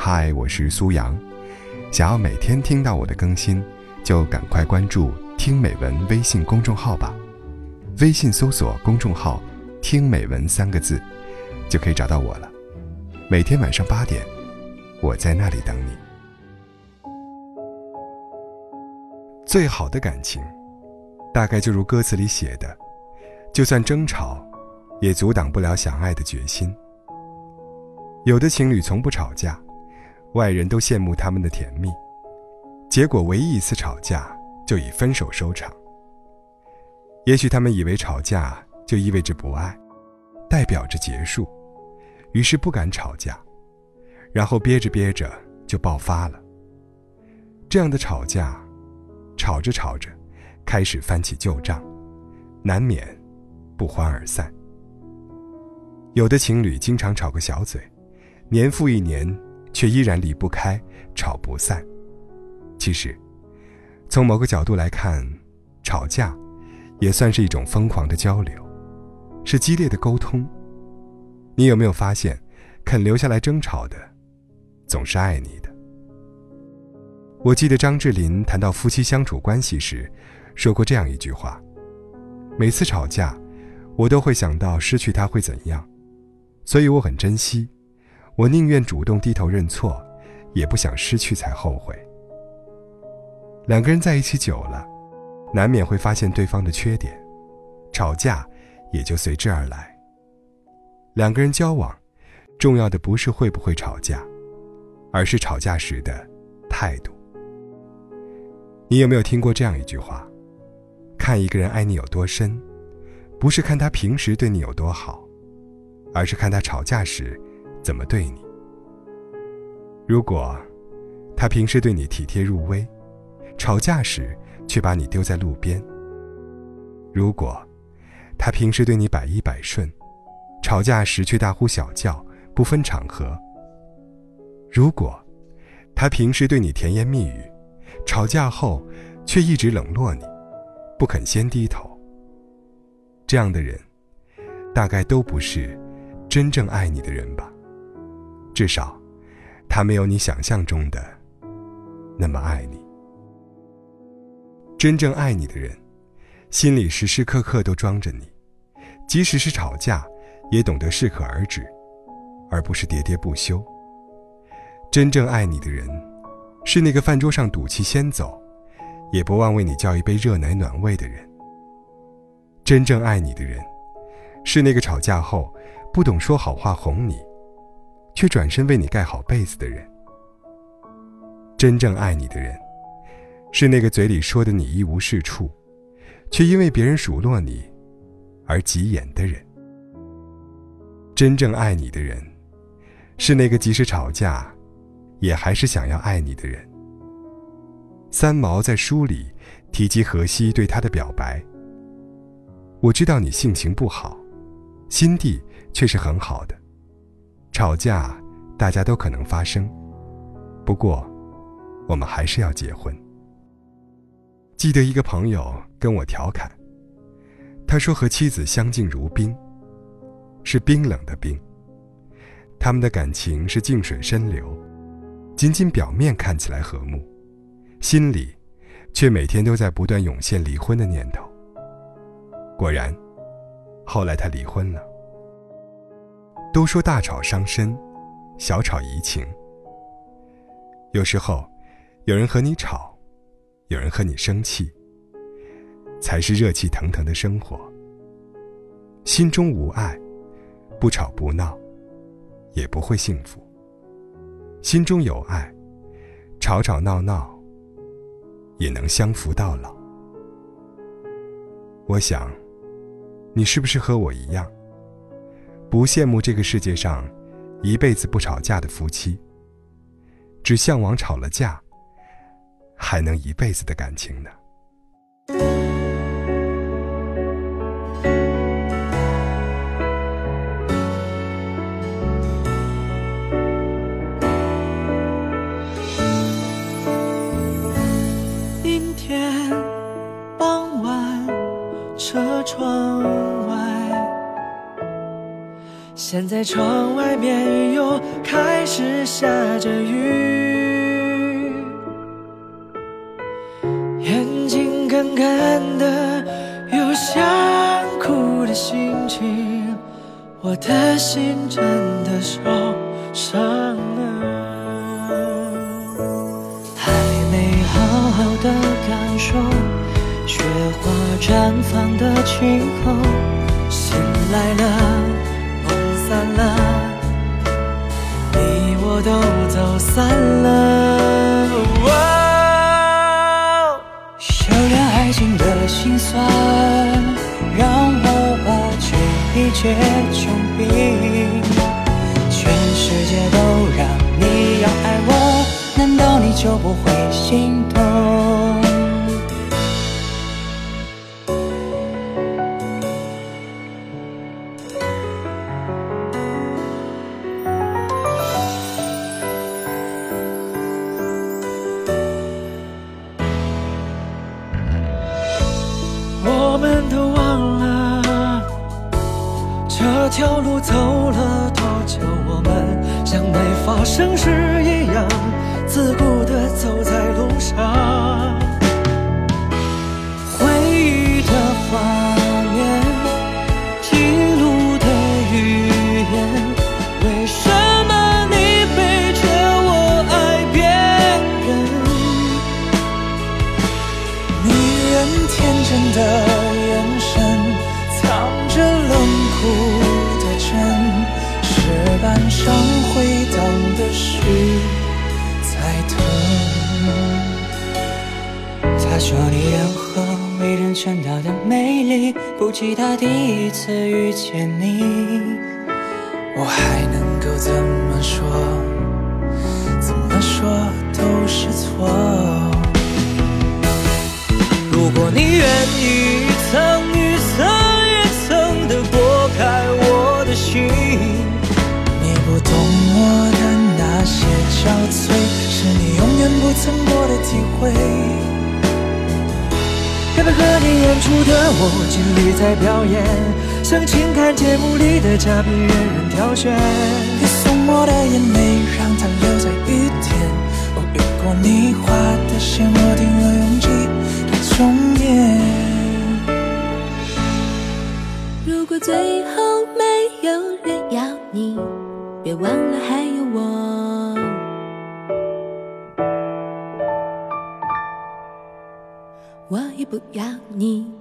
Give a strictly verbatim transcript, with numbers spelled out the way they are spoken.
嗨，我是苏阳。想要每天听到我的更新，就赶快关注听美文微信公众号吧。微信搜索公众号听美文三个字，就可以找到我了。每天晚上八点，我在那里等你。最好的感情，大概就如歌词里写的，就算争吵，也阻挡不了想爱的决心。有的情侣从不吵架，外人都羡慕他们的甜蜜，结果唯一一次吵架就以分手收场。也许他们以为吵架就意味着不爱，代表着结束，于是不敢吵架，然后憋着憋着就爆发了。这样的吵架，吵着吵着开始翻起旧账，难免不欢而散。有的情侣经常吵个小嘴，年复一年却依然离不开，吵不散。其实从某个角度来看，吵架也算是一种疯狂的交流，是激烈的沟通。你有没有发现，肯留下来争吵的总是爱你的？我记得张智霖谈到夫妻相处关系时说过这样一句话：每次吵架我都会想到失去他会怎样，所以我很珍惜，我宁愿主动低头认错，也不想失去才后悔。两个人在一起久了，难免会发现对方的缺点，吵架也就随之而来。两个人交往，重要的不是会不会吵架，而是吵架时的态度。你有没有听过这样一句话：看一个人爱你有多深，不是看他平时对你有多好，而是看他吵架时怎么对你。如果他平时对你体贴入微，吵架时却把你丢在路边；如果他平时对你百依百顺，吵架时却大呼小叫，不分场合；如果他平时对你甜言蜜语，吵架后却一直冷落你，不肯先低头，这样的人大概都不是真正爱你的人吧。至少他没有你想象中的那么爱你。真正爱你的人，心里时时刻刻都装着你，即使是吵架也懂得适可而止，而不是喋喋不休。真正爱你的人，是那个饭桌上赌气先走，也不忘为你叫一杯热奶暖胃的人。真正爱你的人，是那个吵架后不懂说好话哄你，却转身为你盖好被子的人。真正爱你的人，是那个嘴里说的你一无是处，却因为别人数落你而急眼的人。真正爱你的人，是那个即使吵架也还是想要爱你的人。三毛在书里提及荷西对他的表白：我知道你性情不好，心地却是很好的，吵架大家都可能发生，不过我们还是要结婚。记得一个朋友跟我调侃，他说和妻子相敬如宾，是冰冷的冰，他们的感情是静水深流，仅仅表面看起来和睦，心里却每天都在不断涌现离婚的念头。果然，后来他离婚了。都说大吵伤身，小吵怡情。有时候，有人和你吵，有人和你生气，才是热气腾腾的生活。心中无爱，不吵不闹，也不会幸福。心中有爱，吵吵闹闹，也能相扶到老。我想，你是不是和我一样，不羡慕这个世界上一辈子不吵架的夫妻，只向往吵了架还能一辈子的感情呢？ 阴天傍晚，车窗外，现在窗外面又开始是下着雨，眼睛干干的，有想哭的心情，我的心真的受伤了，还没好好的感受雪花绽放的气候，醒来了，梦散了，你我都走散了。哦，修炼爱情的心酸，让我把记忆结成冰。全世界都让你要爱我，难道你就不会心动？我们都忘了这条路走了多久，我们像没发生事一样自顾地走在路上，回忆的画面，记录的语言，为什么你背着我爱别人？女人天真的眼神，藏着冷酷的真，石板上回荡的是在疼。他说你任何为人称道的美丽，不及他第一次遇见你，我还能够怎么说？怎么说都是错。如果你愿意一层一层一层地剥开我的心，你不懂我的那些憔悴，是你永远不曾过的体会。该配合你演出的我尽力在表演，像情感节目里的嘉宾任人挑选。你送我的眼泪让它留在雨天，我越过你画的线，我挺有勇气终点。 如果最后没有人要你，别忘了还有我。我也不要你。